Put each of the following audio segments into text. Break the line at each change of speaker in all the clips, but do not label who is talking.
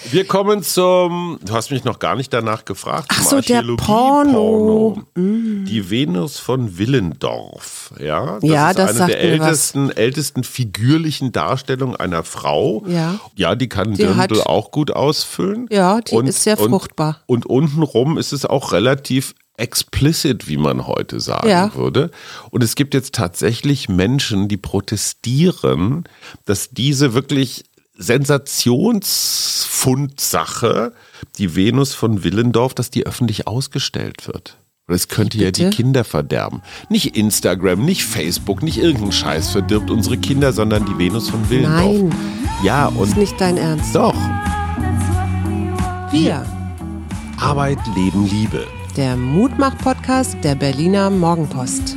Wir kommen du hast mich noch gar nicht danach gefragt.
Ach so, der Porno.
Die Venus von Willendorf. Ja,
das
ist eine
der
ältesten figürlichen Darstellungen einer Frau. Ja, die kann Dirndl auch gut ausfüllen.
Ja, die ist sehr fruchtbar.
Und untenrum ist es auch relativ explicit, wie man heute sagen würde. Und es gibt jetzt tatsächlich Menschen, die protestieren, dass diese wirklich Sensationsfundsache, die Venus von Willendorf, dass die öffentlich ausgestellt wird. Das könnte ja die Kinder verderben. Nicht Instagram, nicht Facebook, nicht irgendein Scheiß verdirbt unsere Kinder, sondern die Venus von Willendorf.
Nein,
ja, und
das ist nicht dein Ernst.
Doch.
Wir.
Arbeit, Leben, Liebe.
Der Mutmach-Podcast der Berliner Morgenpost.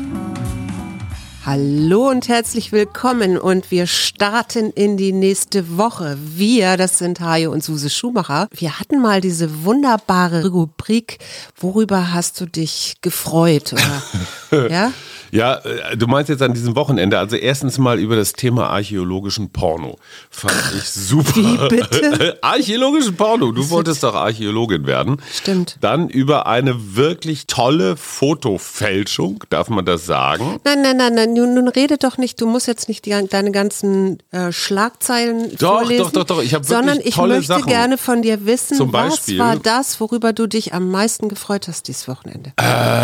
Hallo und herzlich willkommen und wir starten in die nächste Woche. Wir, das sind Hajo und Suse Schumacher. Wir hatten mal diese wunderbare Rubrik, worüber hast du dich gefreut? Oder? Ja?
Ja, du meinst jetzt an diesem Wochenende, also erstens mal über das Thema archäologischen Porno. Fand ich super.
Wie bitte?
Archäologischen Porno, du wolltest doch Archäologin werden.
Stimmt.
Dann über eine wirklich tolle Fotofälschung, darf man das sagen?
Nein, nun rede doch nicht, du musst jetzt nicht deine ganzen Schlagzeilen vorlesen.
Doch, ich habe wirklich
sondern ich
tolle
möchte
Sachen.
Gerne von dir wissen,
Zum Beispiel,
was war das, worüber du dich am meisten gefreut hast dieses Wochenende?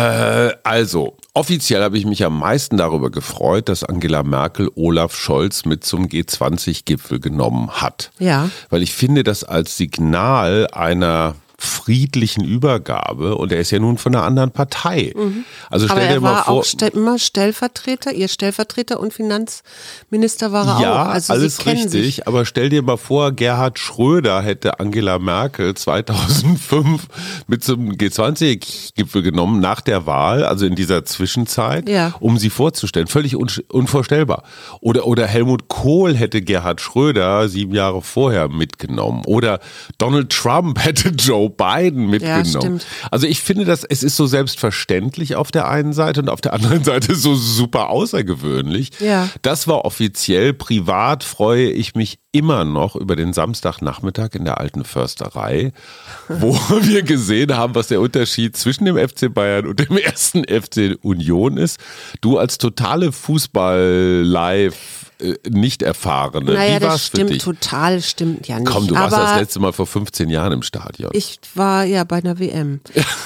Also, offiziell habe ich mich am meisten darüber gefreut, dass Angela Merkel Olaf Scholz mit zum G20-Gipfel genommen hat.
Ja.
Weil ich finde das als Signal einer friedlichen Übergabe und er ist ja nun von einer anderen Partei. Also stell dir mal vor.
Aber er war auch immer Stellvertreter, ihr Stellvertreter und Finanzminister war er auch.
Ja,
Also
alles richtig, aber stell dir mal vor, Gerhard Schröder hätte Angela Merkel 2005 mit zum G20-Gipfel genommen nach der Wahl, also in dieser Zwischenzeit, um sie vorzustellen. Völlig unvorstellbar. Oder Helmut Kohl hätte Gerhard Schröder 7 Jahre vorher mitgenommen. Oder Donald Trump hätte Joe Biden mitgenommen. Ja,
stimmt.
Also ich finde, es ist so selbstverständlich auf der einen Seite und auf der anderen Seite so super außergewöhnlich.
Ja.
Das war offiziell. Privat freue ich mich immer noch über den Samstagnachmittag in der Alten Försterei, wo wir gesehen haben, was der Unterschied zwischen dem FC Bayern und dem ersten FC Union ist. Du als totale Fußball-Live nicht erfahrene.
Naja,
wie war's
das stimmt
für dich?
Total, stimmt ja nicht.
Komm, du warst das letzte Mal vor 15 Jahren im Stadion.
Ich war ja bei einer WM.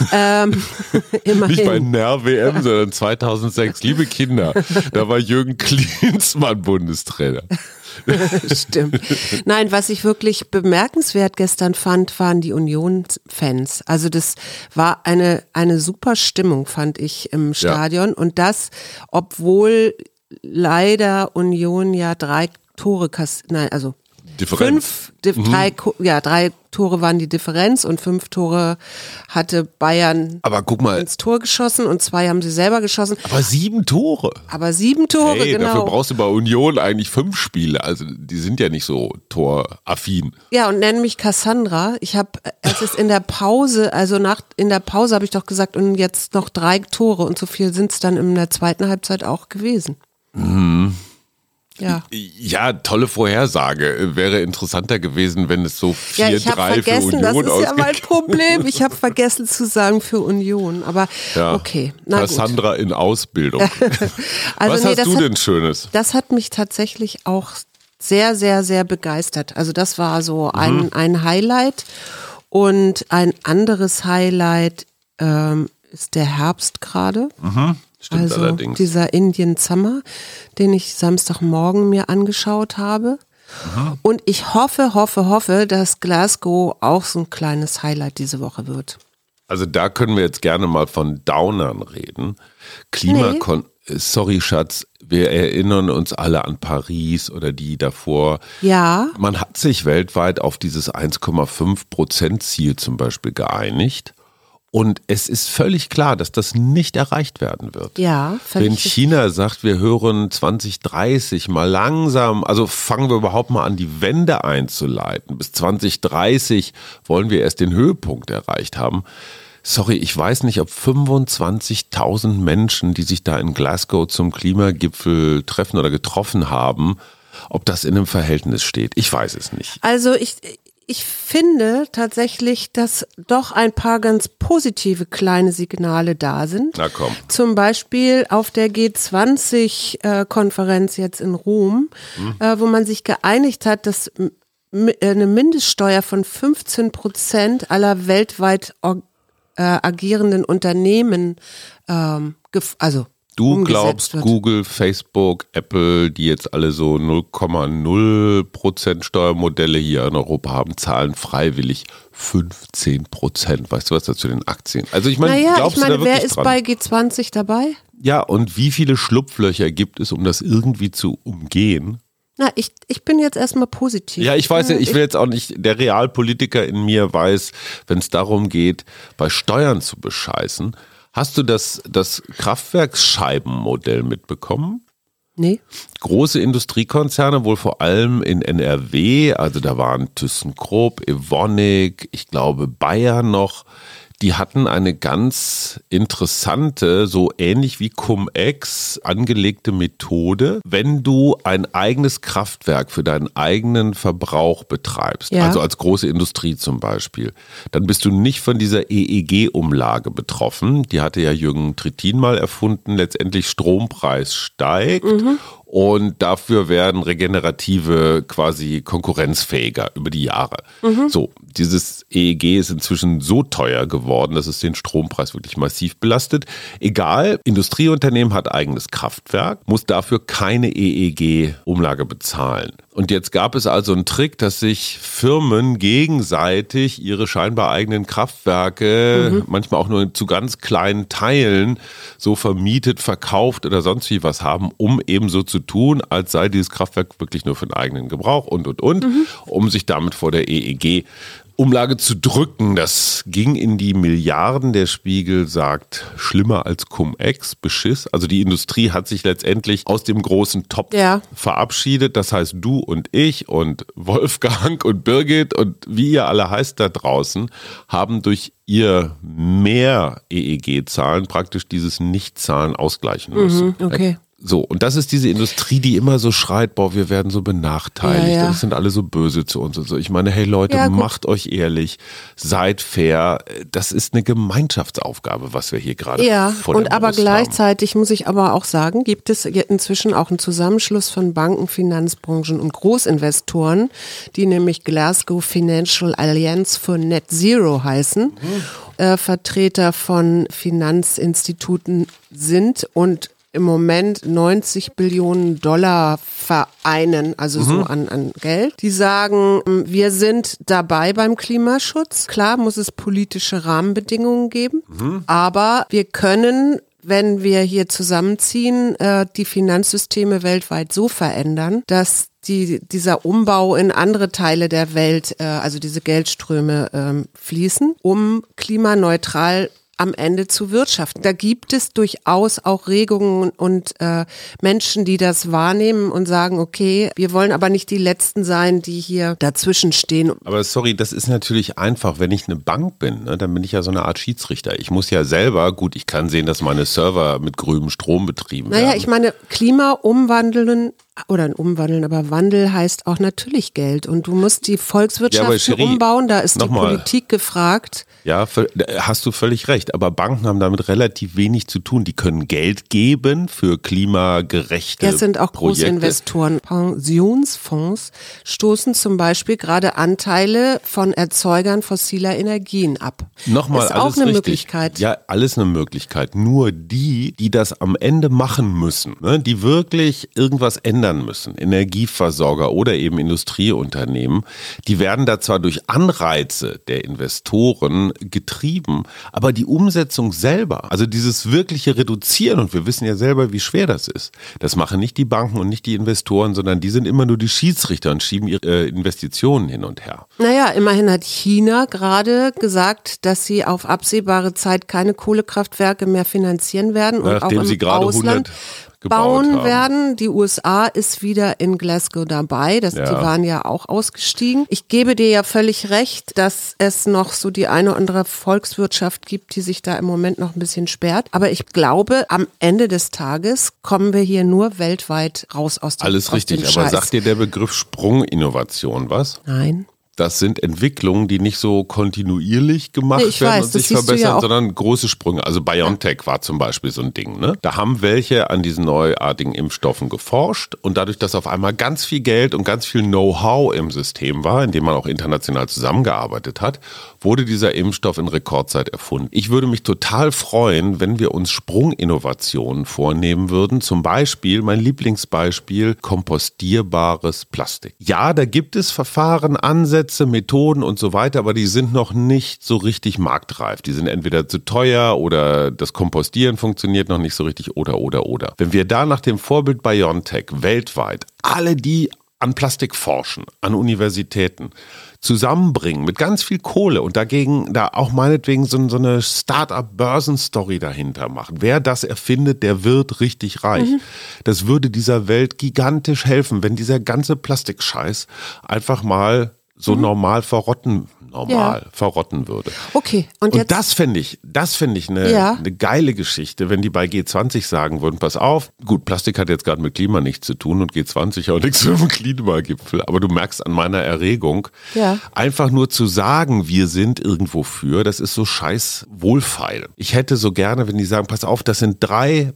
Immerhin.
Nicht bei einer WM, sondern 2006. Liebe Kinder, da war Jürgen Klinsmann Bundestrainer.
Stimmt. Nein, was ich wirklich bemerkenswert gestern fand, waren die Union-Fans. Also das war eine super Stimmung, fand ich im Stadion. Ja. Und das, obwohl leider Union ja 3 Tore
Differenz.
3 Tore waren die Differenz und 5 Tore hatte Bayern ins Tor geschossen und 2 haben sie selber geschossen.
Aber 7 Tore. Hey,
genau.
Dafür brauchst du bei Union eigentlich 5 Spiele. Also die sind ja nicht so toraffin.
Ja, und nenn mich Cassandra. Ich habe, es ist in der Pause, in der Pause habe ich doch gesagt, und jetzt noch 3 Tore und so viel sind es dann in der zweiten Halbzeit auch gewesen.
Ja, tolle Vorhersage. Wäre interessanter gewesen, wenn es so 4-3 für Union
das ist
ausgeht.
Ja mein Problem. Ich habe vergessen zu sagen für Union, aber okay. Na
Cassandra
gut.
In Ausbildung.
Also,
was hast du denn Schönes?
Das hat mich tatsächlich auch sehr, sehr, sehr begeistert. Also das war so ein Highlight und ein anderes Highlight ist der Herbst gerade.
Stimmt
also
allerdings.
Dieser Indian Summer, den ich Samstagmorgen mir angeschaut habe. Und ich hoffe, dass Glasgow auch so ein kleines Highlight diese Woche wird.
Also da können wir jetzt gerne mal von Downern reden. Sorry Schatz, wir erinnern uns alle an Paris oder die davor.
Ja.
Man hat sich weltweit auf dieses 1,5% Ziel zum Beispiel geeinigt. Und es ist völlig klar, dass das nicht erreicht werden wird.
Ja, völlig.
Wenn China sagt, wir hören 2030 mal langsam, also fangen wir überhaupt mal an, die Wende einzuleiten. Bis 2030 wollen wir erst den Höhepunkt erreicht haben. Sorry, ich weiß nicht, ob 25.000 Menschen, die sich da in Glasgow zum Klimagipfel treffen oder getroffen haben, ob das in einem Verhältnis steht. Ich weiß es nicht.
Also Ich finde tatsächlich, dass doch ein paar ganz positive kleine Signale da sind.
Na komm.
Zum Beispiel auf der G20-Konferenz jetzt in Rom, wo man sich geeinigt hat, dass eine Mindeststeuer von 15% aller weltweit agierenden Unternehmen,
Du glaubst, Google, Facebook, Apple, die jetzt alle so 0,0% Steuermodelle hier in Europa haben, zahlen freiwillig 15%. Weißt du was da zu den Aktien? Also ich meine, glaubst du da wirklich
wer ist
dran?
bei G20 dabei?
Ja, und wie viele Schlupflöcher gibt es, um das irgendwie zu umgehen?
Na, ich bin jetzt erstmal positiv.
Ja, ich weiß ja, ich will jetzt auch nicht, der Realpolitiker in mir weiß, wenn es darum geht, bei Steuern zu bescheißen. Hast du das Kraftwerksscheibenmodell mitbekommen?
Nee.
Große Industriekonzerne, wohl vor allem in NRW, also da waren ThyssenKrupp, Evonik, ich glaube Bayer noch, die hatten eine ganz interessante, so ähnlich wie Cum-Ex angelegte Methode. Wenn du ein eigenes Kraftwerk für deinen eigenen Verbrauch betreibst, also als große Industrie zum Beispiel, dann bist du nicht von dieser EEG-Umlage betroffen. Die hatte ja Jürgen Trittin mal erfunden. Letztendlich Strompreis steigt. Und dafür werden Regenerative quasi konkurrenzfähiger über die Jahre. So, dieses EEG ist inzwischen so teuer geworden, dass es den Strompreis wirklich massiv belastet. Egal, Industrieunternehmen hat eigenes Kraftwerk, muss dafür keine EEG-Umlage bezahlen. Und jetzt gab es also einen Trick, dass sich Firmen gegenseitig ihre scheinbar eigenen Kraftwerke, manchmal auch nur zu ganz kleinen Teilen, so vermietet, verkauft oder sonst wie was haben, um eben so zu tun, als sei dieses Kraftwerk wirklich nur für den eigenen Gebrauch um sich damit vor der EEG-Umlage zu drücken. Das ging in die Milliarden. Der Spiegel sagt, schlimmer als Cum-Ex, Beschiss. Also die Industrie hat sich letztendlich aus dem großen Topf verabschiedet. Das heißt, du und ich und Wolfgang und Birgit und wie ihr alle heißt da draußen, haben durch ihr mehr EEG-Zahlen praktisch dieses Nichtzahlen ausgleichen müssen.
Okay.
So, und das ist diese Industrie, die immer so schreit, boah, wir werden so benachteiligt, das sind alle so böse zu uns und so. Ich meine, hey Leute, macht euch ehrlich, seid fair, das ist eine Gemeinschaftsaufgabe, was wir hier gerade vor der
aber
Brust
gleichzeitig muss ich aber auch sagen, gibt es inzwischen auch einen Zusammenschluss von Banken, Finanzbranchen und Großinvestoren, die nämlich Glasgow Financial Alliance for Net Zero heißen, Vertreter von Finanzinstituten sind und im Moment 90 Billionen $90 vereinen, also so an Geld. Die sagen, wir sind dabei beim Klimaschutz. Klar muss es politische Rahmenbedingungen geben, aber wir können, wenn wir hier zusammenziehen, die Finanzsysteme weltweit so verändern, dass dieser Umbau in andere Teile der Welt, also diese Geldströme fließen, um klimaneutral am Ende zu wirtschaften. Da gibt es durchaus auch Regungen und Menschen, die das wahrnehmen und sagen, okay, wir wollen aber nicht die Letzten sein, die hier dazwischen stehen.
Aber sorry, das ist natürlich einfach, wenn ich eine Bank bin, ne, dann bin ich ja so eine Art Schiedsrichter. Ich muss ja selber, gut, ich kann sehen, dass meine Server mit grünem Strom betrieben werden.
Naja, ich meine, Klima umwandeln, aber Wandel heißt auch natürlich Geld und du musst die Volkswirtschaft umbauen, da ist die Politik gefragt.
Ja, hast du völlig recht, aber Banken haben damit relativ wenig zu tun. Die können Geld geben für klimagerechte Projekte.
Das sind auch Großinvestoren. Pensionsfonds stoßen zum Beispiel gerade Anteile von Erzeugern fossiler Energien ab.
Nochmal,
ist auch eine Möglichkeit.
Ja, alles eine Möglichkeit. Nur die das am Ende machen müssen, ne, die wirklich irgendwas ändern müssen, Energieversorger oder eben Industrieunternehmen, die werden da zwar durch Anreize der Investoren getrieben, aber die Umsetzung selber, also dieses wirkliche Reduzieren, und wir wissen ja selber, wie schwer das ist, das machen nicht die Banken und nicht die Investoren, sondern die sind immer nur die Schiedsrichter und schieben ihre Investitionen hin und her.
Naja, immerhin hat China gerade gesagt, dass sie auf absehbare Zeit keine Kohlekraftwerke mehr finanzieren werden und
nachdem
auch
sie
im
gerade
Ausland bauen werden. Die USA ist wieder in Glasgow dabei. Die waren ja auch ausgestiegen. Ich gebe dir ja völlig recht, dass es noch so die eine oder andere Volkswirtschaft gibt, die sich da im Moment noch ein bisschen sperrt. Aber ich glaube, am Ende des Tages kommen wir hier nur weltweit raus aus dem
Alles richtig,
Scheiß.
aber sagt dir der Begriff Sprunginnovation was?
Nein.
das sind Entwicklungen, die nicht so kontinuierlich gemacht werden und sich verbessern, sondern große Sprünge. Also BioNTech war zum Beispiel so ein Ding. Ne? Da haben welche an diesen neuartigen Impfstoffen geforscht und dadurch, dass auf einmal ganz viel Geld und ganz viel Know-how im System war, in dem man auch international zusammengearbeitet hat, wurde dieser Impfstoff in Rekordzeit erfunden. Ich würde mich total freuen, wenn wir uns Sprunginnovationen vornehmen würden. Zum Beispiel, mein Lieblingsbeispiel, kompostierbares Plastik. Ja, da gibt es Verfahren, Ansätze, Methoden und so weiter, aber die sind noch nicht so richtig marktreif. Die sind entweder zu teuer oder das Kompostieren funktioniert noch nicht so richtig oder. Wenn wir da nach dem Vorbild BioNTech weltweit alle, die an Plastik forschen, an Universitäten, zusammenbringen mit ganz viel Kohle und dagegen da auch meinetwegen so eine Start-up-Börsen-Story dahinter machen. Wer das erfindet, der wird richtig reich. Das würde dieser Welt gigantisch helfen, wenn dieser ganze Plastikscheiß einfach mal so normal verrotten würde.
Okay.
Und das finde ich eine geile Geschichte, wenn die bei G20 sagen würden, pass auf, gut, Plastik hat jetzt gerade mit Klima nichts zu tun und G20 auch nichts mit dem Klimagipfel, aber du merkst an meiner Erregung, einfach nur zu sagen, wir sind irgendwo für, das ist so scheiß wohlfeil. Ich hätte so gerne, wenn die sagen, pass auf, das sind 3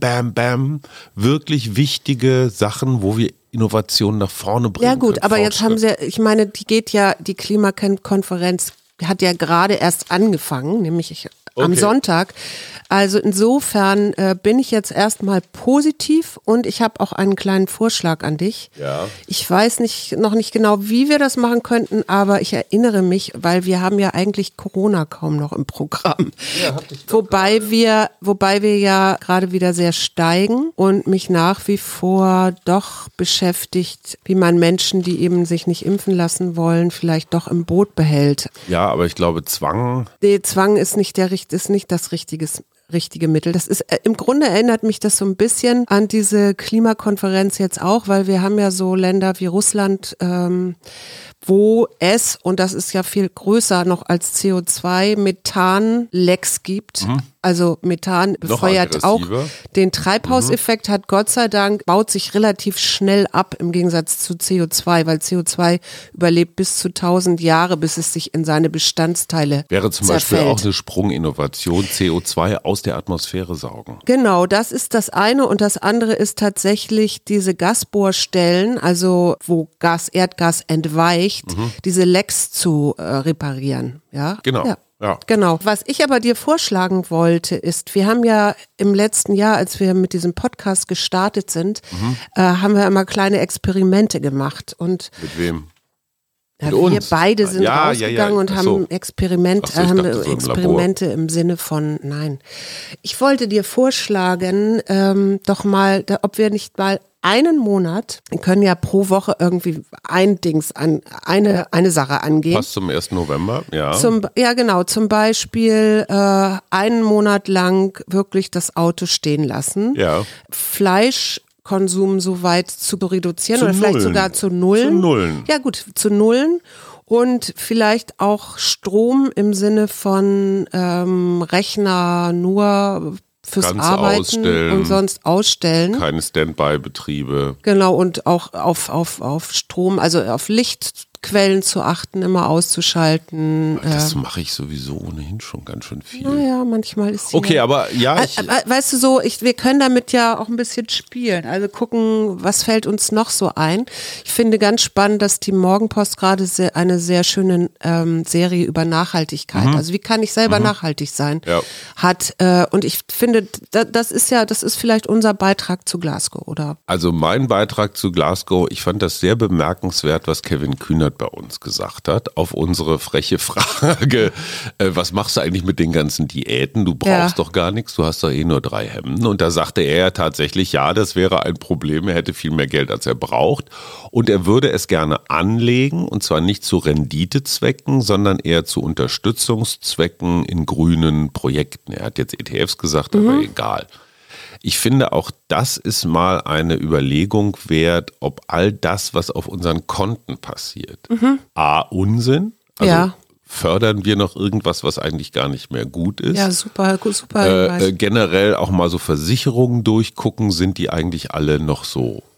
wirklich wichtige Sachen, wo wir Innovationen nach vorne bringen.
Ja gut, aber jetzt haben sie, ich meine, die Klimakonferenz hat ja gerade erst angefangen, nämlich am Sonntag. Also insofern bin ich jetzt erstmal positiv und ich habe auch einen kleinen Vorschlag an dich.
Ja.
Ich weiß noch nicht genau, wie wir das machen könnten, aber ich erinnere mich, weil wir haben ja eigentlich Corona kaum noch im Programm.
Ja,
wobei wir ja gerade wieder sehr steigen und mich nach wie vor doch beschäftigt, wie man Menschen, die eben sich nicht impfen lassen wollen, vielleicht doch im Boot behält.
Ja, aber ich glaube Zwang.
Nee, Zwang ist nicht das richtige Mittel. Das ist, im Grunde erinnert mich das so ein bisschen an diese Klimakonferenz jetzt auch, weil wir haben ja so Länder wie Russland, wo es, und das ist ja viel größer noch als CO2, Methan-Lecks gibt. Also Methan befeuert auch den Treibhauseffekt, hat Gott sei Dank, baut sich relativ schnell ab im Gegensatz zu CO2, weil CO2 überlebt bis zu 1000 Jahre, bis es sich in seine Bestandteile
Wäre zum Beispiel auch eine Sprunginnovation, CO2 aus der Atmosphäre saugen.
Genau, das ist das eine und das andere ist tatsächlich diese Gasbohrstellen, also wo Erdgas entweicht, diese Lecks zu reparieren. Ja?
Genau.
Ja. Genau. Was ich aber dir vorschlagen wollte, ist, wir haben ja im letzten Jahr, als wir mit diesem Podcast gestartet sind, haben wir immer kleine Experimente gemacht. Und
mit wem?
Ja, wir beide sind rausgegangen und haben Experimente im Sinne von, nein. Ich wollte dir vorschlagen, doch mal, ob wir nicht mal einen Monat, wir können ja pro Woche irgendwie eine Sache angehen.
Passt zum 1. November, ja.
Zum Beispiel einen Monat lang wirklich das Auto stehen lassen.
Ja.
Fleischkonsum so weit zu reduzieren oder vielleicht sogar zu nullen. Ja gut, zu nullen. Und vielleicht auch Strom im Sinne von Rechner nur fürs
ganz
Arbeiten
ausstellen,
und sonst ausstellen.
Keine Standby-Betriebe.
Genau, und auch auf Strom, also auf Lichtquellen zu achten, immer auszuschalten.
Das mache ich sowieso ohnehin schon ganz schön viel.
Naja, manchmal ist sie
okay, aber ja.
Weißt du so, wir können damit ja auch ein bisschen spielen. Also gucken, was fällt uns noch so ein. Ich finde ganz spannend, dass die Morgenpost gerade eine sehr schöne Serie über Nachhaltigkeit, also wie kann ich selber nachhaltig sein, hat. Und ich finde, das ist vielleicht unser Beitrag zu Glasgow, oder?
Also mein Beitrag zu Glasgow, ich fand das sehr bemerkenswert, was Kevin Kühnert bei uns gesagt hat, auf unsere freche Frage, was machst du eigentlich mit den ganzen Diäten? Du brauchst doch gar nichts, du hast doch eh nur 3 Hemden. Und da sagte er tatsächlich, ja, das wäre ein Problem, er hätte viel mehr Geld, als er braucht. Und er würde es gerne anlegen, und zwar nicht zu Renditezwecken, sondern eher zu Unterstützungszwecken in grünen Projekten. Er hat jetzt ETFs gesagt, aber egal. Ich finde, auch das ist mal eine Überlegung wert, ob all das, was auf unseren Konten passiert, A, Unsinn, also fördern wir noch irgendwas, was eigentlich gar nicht mehr gut ist.
Ja, super.
Generell auch mal so Versicherungen durchgucken, sind die eigentlich alle noch so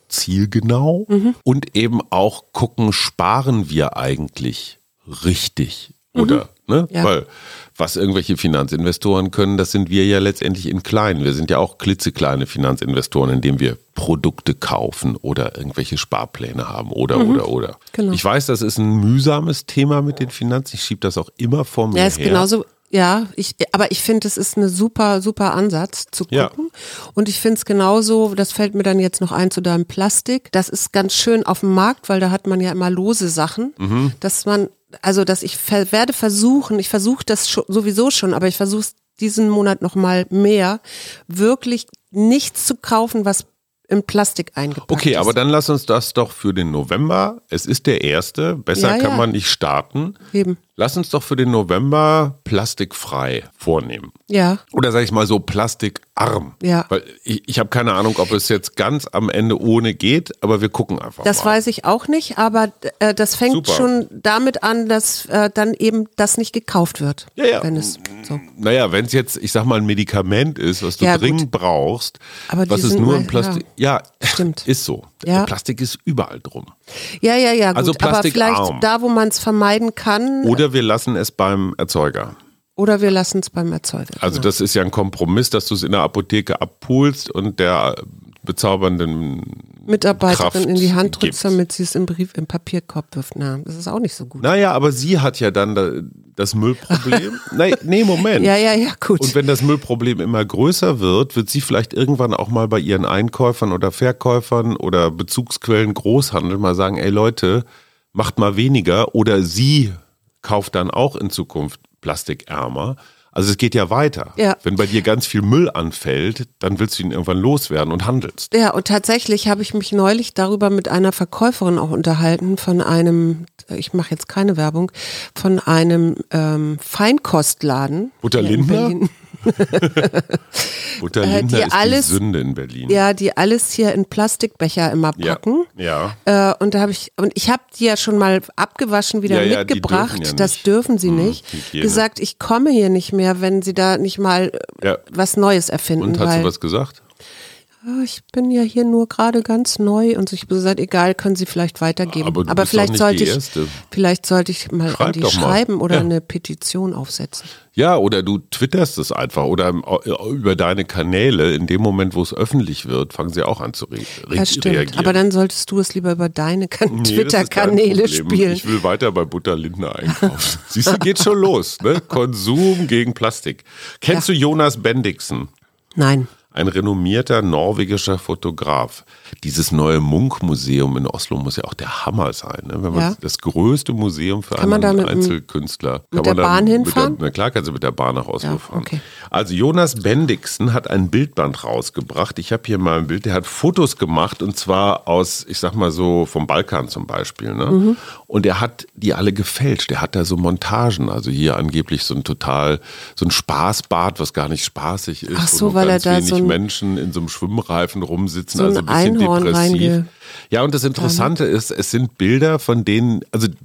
zielgenau und eben auch gucken, sparen wir eigentlich richtig oder, ne? Ja. Weil was irgendwelche Finanzinvestoren können, das sind wir ja letztendlich in klein. Wir sind ja auch klitzekleine Finanzinvestoren, indem wir Produkte kaufen oder irgendwelche Sparpläne haben oder. Genau. Ich weiß, das ist ein mühsames Thema mit den Finanzen. Ich schiebe das auch immer vor mir her.
Ja, ist genauso. Ja, aber ich finde, es ist eine super Ansatz zu gucken. Ja. Und ich finde es genauso, das fällt mir dann jetzt noch ein zu deinem Plastik. Das ist ganz schön auf dem Markt, weil da hat man ja immer lose Sachen, ich versuche das sowieso schon, aber ich versuche es diesen Monat noch mal mehr, wirklich nichts zu kaufen, was in Plastik eingepackt ist.
Okay, aber dann lass uns das doch für den November, es ist der 1., besser kann man nicht starten.
Eben.
Lass uns doch für den November plastikfrei vornehmen.
Ja.
Oder sag ich mal so plastikarm.
Ja.
Weil ich habe keine Ahnung, ob es jetzt ganz am Ende ohne geht, aber wir gucken einfach
Das
mal.
weiß ich auch nicht, aber das fängt schon damit an, dass dann eben das nicht gekauft wird.
Ja.
Wenn es so.
Naja, wenn es jetzt, ich sag mal, ein Medikament ist, was du dringend brauchst,
aber
was ist nur in Plastik. Ja,
stimmt.
Ist so.
Ja.
Plastik ist überall drum.
Ja, gut.
Also
aber vielleicht da, wo man es vermeiden kann.
Oder wir lassen es beim Erzeuger. Also das ist ja ein Kompromiss, dass du es in der Apotheke abholst und der bezaubernden
Mitarbeiterin
Kraft
in die Hand drückt,
gibst.
damit sie es im Papierkorb wirft. Na, das ist auch nicht so gut.
Naja, aber sie hat ja dann das Müllproblem. Nee, Moment.
Ja, gut.
Und wenn das Müllproblem immer größer wird sie vielleicht irgendwann auch mal bei ihren Einkäufern oder Verkäufern oder Bezugsquellen Großhandel mal sagen, ey Leute, macht mal weniger, oder sie kauft dann auch in Zukunft plastikärmer. Also es geht ja weiter.
Ja.
Wenn bei dir ganz viel Müll anfällt, dann willst du ihn irgendwann loswerden und handelst.
Ja, und tatsächlich habe ich mich neulich darüber mit einer Verkäuferin auch unterhalten von einem, ich mache jetzt keine Werbung, von einem Feinkostladen.
Butter Lindner? Butter Lindner ist die Sünde in Berlin.
Ja, die alles hier in Plastikbecher immer packen.
Ja.
Und ich habe die ja schon mal abgewaschen wieder mitgebracht. Das dürfen sie nicht. Gesagt, ich komme hier nicht mehr, wenn sie da nicht mal was Neues erfinden.
Und hat sie was gesagt?
Ich bin ja hier nur gerade ganz neu, und ich habe gesagt, egal, können Sie vielleicht weitergeben.
Aber vielleicht sollte
ich mal an die schreiben oder eine Petition aufsetzen.
Ja, oder du twitterst es einfach oder über deine Kanäle. In dem Moment, wo es öffentlich wird, fangen sie auch an zu reagieren.
Aber dann solltest du es lieber über deine Twitter-Kanäle spielen.
Ich will weiter bei Butter Lindner einkaufen. Siehst du, geht schon los. Ne? Konsum gegen Plastik. Kennst du Jonas Bendixen?
Nein.
Ein renommierter norwegischer Fotograf. Dieses neue Munch-Museum in Oslo muss ja auch der Hammer sein. Ne? Wenn man das größte Museum für einen Einzelkünstler.
Mit der Bahn hinfahren?
Na klar, kannst du mit der Bahn nach Oslo fahren.
Okay.
Also Jonas Bendixen hat ein Bildband rausgebracht. Ich habe hier mal ein Bild, der hat Fotos gemacht, und zwar aus, ich sag mal so, vom Balkan zum Beispiel. Ne? Und er hat die alle gefälscht. Er hat da so Montagen, also hier angeblich so ein Spaßbad, was gar nicht spaßig ist.
Ach so, weil er da so
Menschen in so einem Schwimmreifen rumsitzen,
so
also ein bisschen
Einhorn
depressiv. Ja, und das Interessante ist, es sind Bilder, von denen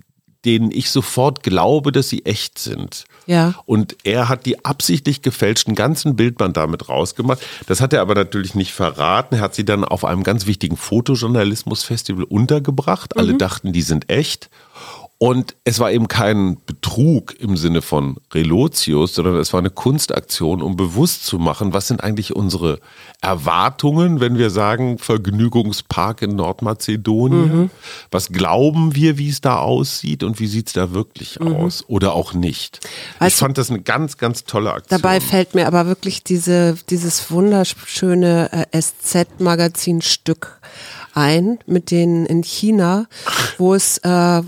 ich sofort glaube, dass sie echt sind.
Ja.
Und er hat die absichtlich gefälschten ganzen Bildband damit rausgemacht. Das hat er aber natürlich nicht verraten. Er hat sie dann auf einem ganz wichtigen Fotojournalismus-Festival untergebracht. Alle dachten, die sind echt. Und es war eben kein Betrug im Sinne von Relotius, sondern es war eine Kunstaktion, um bewusst zu machen, was sind eigentlich unsere Erwartungen, wenn wir sagen Vergnügungspark in Nordmazedonien. Was glauben wir, wie es da aussieht, und wie sieht es da wirklich aus oder auch nicht. Ich fand das eine ganz, ganz tolle Aktion.
Dabei fällt mir aber wirklich dieses wunderschöne SZ-Magazinstück ein, mit denen in China, wo es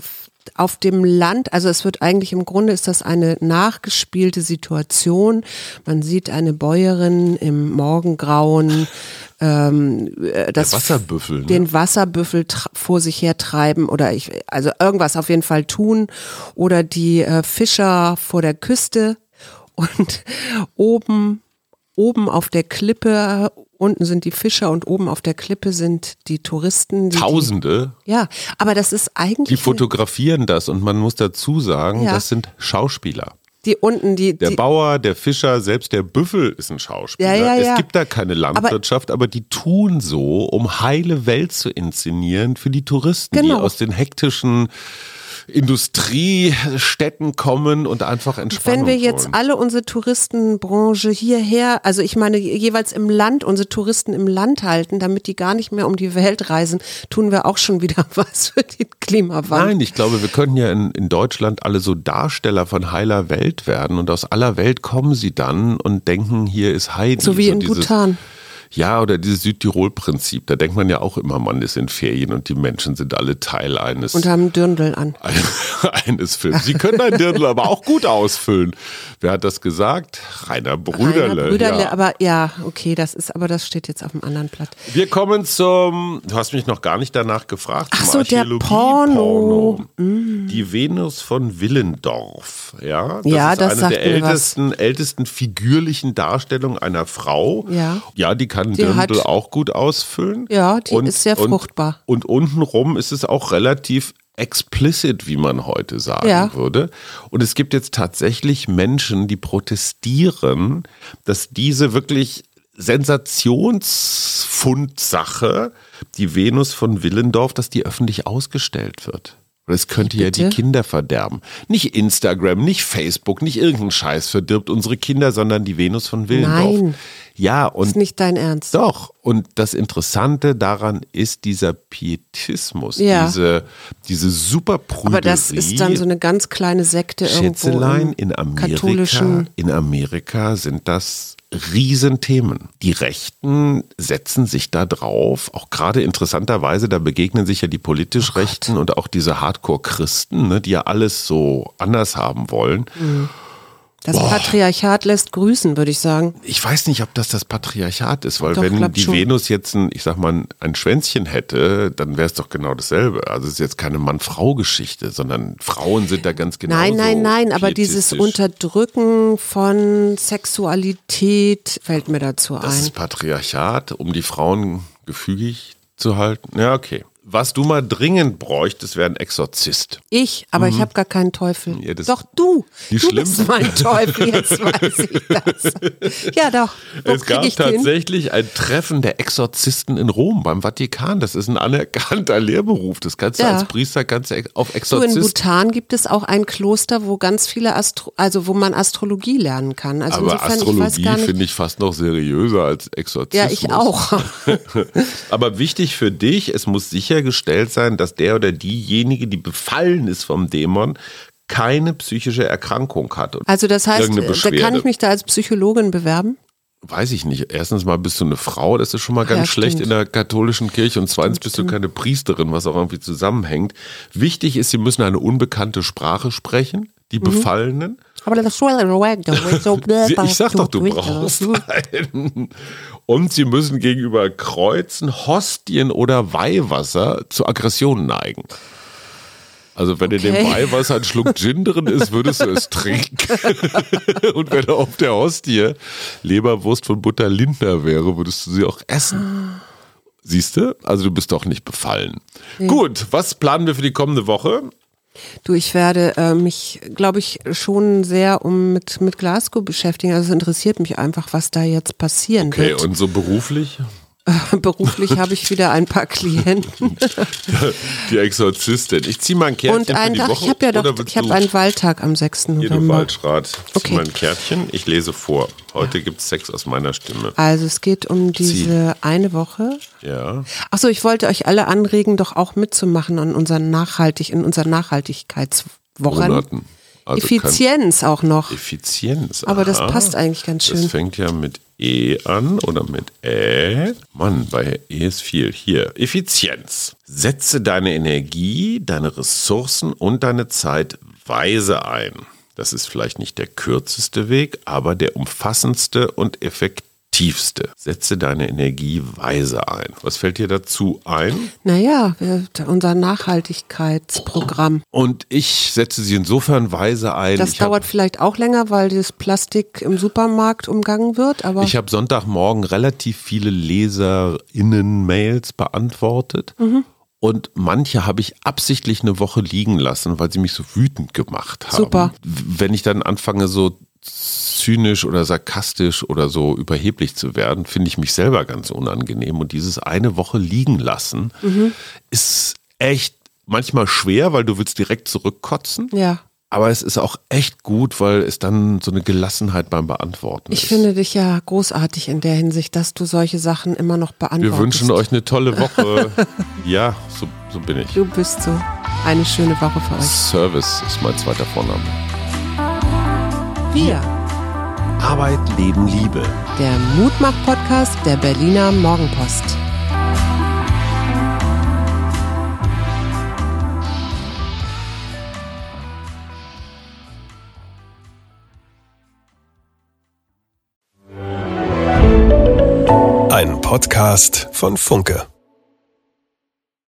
auf dem Land, also es wird eigentlich, im Grunde ist das eine nachgespielte Situation. Man sieht eine Bäuerin im Morgengrauen, den Wasserbüffel vor sich her treiben also irgendwas auf jeden Fall tun, oder die Fischer vor der Küste, und oben auf der Klippe, unten sind die Fischer und oben auf der Klippe sind die Touristen.
Tausende?
Ja, aber das ist eigentlich...
Die fotografieren das, und man muss dazu sagen, das sind Schauspieler. Der Bauer, der Fischer, selbst der Büffel ist ein Schauspieler. Es gibt da keine Landwirtschaft, aber die tun so, um heile Welt zu inszenieren für die Touristen, die aus den hektischen Industriestädten kommen und einfach Entspannung
Wenn wir jetzt alle unsere Touristenbranche hierher, also ich meine jeweils im Land, unsere Touristen im Land halten, damit die gar nicht mehr um die Welt reisen, tun wir auch schon wieder was für den Klimawandel.
Nein, ich glaube, wir können ja in Deutschland alle so Darsteller von heiler Welt werden und aus aller Welt kommen sie dann und denken, hier ist Heidi.
So wie in Bhutan.
Ja, oder dieses Südtirol-Prinzip. Da denkt man ja auch immer, man ist in Ferien und die Menschen sind alle Teil eines...
Und haben Dirndl an.
Eines Films. Sie können ein Dirndl aber auch gut ausfüllen. Wer hat das gesagt? Rainer Brüderle.
Aber okay, das steht jetzt auf einem anderen Blatt.
Wir kommen du hast mich noch gar nicht danach gefragt.
Ach so, der Porno.
Die Venus von Willendorf. Ja,
das
ist eine der ältesten figürlichen Darstellungen einer Frau. Ja, die kann Dirndl auch gut ausfüllen.
Ja, die ist sehr fruchtbar.
Und untenrum ist es auch relativ explicit, wie man heute sagen würde. Und es gibt jetzt tatsächlich Menschen, die protestieren, dass diese wirklich Sensationsfundsache, die Venus von Willendorf, dass die öffentlich ausgestellt wird. Das könnte ja die Kinder verderben. Nicht Instagram, nicht Facebook, nicht irgendein Scheiß verdirbt unsere Kinder, sondern die Venus von Willendorf.
Nein.
Ja, und
das ist nicht dein Ernst.
Doch. Und das Interessante daran ist dieser Pietismus, diese Superprüderie.
Aber das ist dann so eine ganz kleine Sekte
Schätzelein,
irgendwo
in Amerika sind das Riesenthemen. Die Rechten setzen sich da drauf, auch gerade interessanterweise, da begegnen sich ja die politisch Rechten und auch diese Hardcore-Christen, ne, die ja alles so anders haben wollen.
Das Patriarchat lässt grüßen, würde ich sagen.
Ich weiß nicht, ob das Patriarchat ist, weil wenn die Venus jetzt ein Schwänzchen hätte, dann wäre es doch genau dasselbe. Also es ist jetzt keine Mann-Frau-Geschichte, sondern Frauen sind da ganz genau
Nein, aber dieses Unterdrücken von Sexualität fällt mir dazu ein.
Das ist Patriarchat, um die Frauen gefügig zu halten. Ja, okay. Was du mal dringend bräuchtest, wäre ein Exorzist.
Ich habe gar keinen Teufel.
Ja,
doch, du bist mein Teufel, jetzt weiß ich das. Ja, doch.
Es gab tatsächlich ein Treffen der Exorzisten in Rom beim Vatikan. Das ist ein anerkannter Lehrberuf. Das kannst du als Priester auf Exorzist.
In Bhutan gibt es auch ein Kloster, wo ganz viele wo man Astrologie lernen kann. Also
aber Astrologie finde ich fast noch seriöser als Exorzismus.
Ja, ich auch.
Aber wichtig für dich, es muss sichergestellt sein, dass der oder diejenige, die befallen ist vom Dämon, keine psychische Erkrankung hat.
Also das heißt, kann ich mich da als Psychologin bewerben?
Weiß ich nicht. Erstens mal bist du eine Frau, das ist schon mal ganz schlecht in der katholischen Kirche, und zweitens bist du keine Priesterin, was auch irgendwie zusammenhängt. Wichtig ist, sie müssen eine unbekannte Sprache sprechen, die Befallenen.
Aber das ist so
ich sag doch, du brauchst einen. Und sie müssen gegenüber Kreuzen, Hostien oder Weihwasser zu Aggressionen neigen. Also wenn in dem Weihwasser ein Schluck Gin drin ist, würdest du es trinken. Und wenn auf der Hostie Leberwurst von Butter Lindner wäre, würdest du sie auch essen. Siehst du? Also du bist doch nicht befallen. Nee. Gut, was planen wir für die kommende Woche?
Du, ich werde mich, glaube ich, schon sehr mit Glasgow beschäftigen. Also es interessiert mich einfach, was da jetzt passieren wird.
Okay, und so beruflich?
Beruflich habe ich wieder ein paar Klienten.
Die Exorzistin. Ich ziehe mal ein Kärtchen für die Woche.
Ich habe einen Wahltag am 6. November.
Hier, du Waldschrat. Ich ziehe mal ein Kärtchen. Ich lese vor. Heute gibt es Sex aus meiner Stimme.
Also es geht um diese eine Woche.
Ja.
Achso, ich wollte euch alle anregen, doch auch mitzumachen in unseren Nachhaltigkeitswochen.
Monaten.
Also Effizienz auch noch.
Effizienz.
Aber das passt eigentlich ganz schön.
Das fängt ja mit E an oder mit Ä. Mann, bei E ist viel. Hier, Effizienz. Setze deine Energie, deine Ressourcen und deine Zeit weise ein. Das ist vielleicht nicht der kürzeste Weg, aber der umfassendste und effektivste. Setze deine Energie weise ein. Was fällt dir dazu ein?
Naja, unser Nachhaltigkeitsprogramm.
Und ich setze sie insofern weise ein.
Das dauert vielleicht auch länger, weil das Plastik im Supermarkt umgangen wird. Aber
ich habe Sonntagmorgen relativ viele LeserInnen-Mails beantwortet. Und manche habe ich absichtlich eine Woche liegen lassen, weil sie mich so wütend gemacht haben.
Super.
Wenn ich dann anfange, so zynisch oder sarkastisch oder so überheblich zu werden, finde ich mich selber ganz unangenehm. Und dieses eine Woche liegen lassen ist echt manchmal schwer, weil du willst direkt zurückkotzen.
Ja.
Aber es ist auch echt gut, weil es dann so eine Gelassenheit beim Beantworten ist.
Ich finde dich ja großartig in der Hinsicht, dass du solche Sachen immer noch beantwortest.
Wir wünschen euch eine tolle Woche. Ja, so bin ich.
Du bist so. Eine schöne Woche für euch.
Service ist mein zweiter Vorname.
Wir.
Arbeit, Leben, Liebe.
Der Mutmach-Podcast der Berliner Morgenpost.
Ein Podcast von Funke.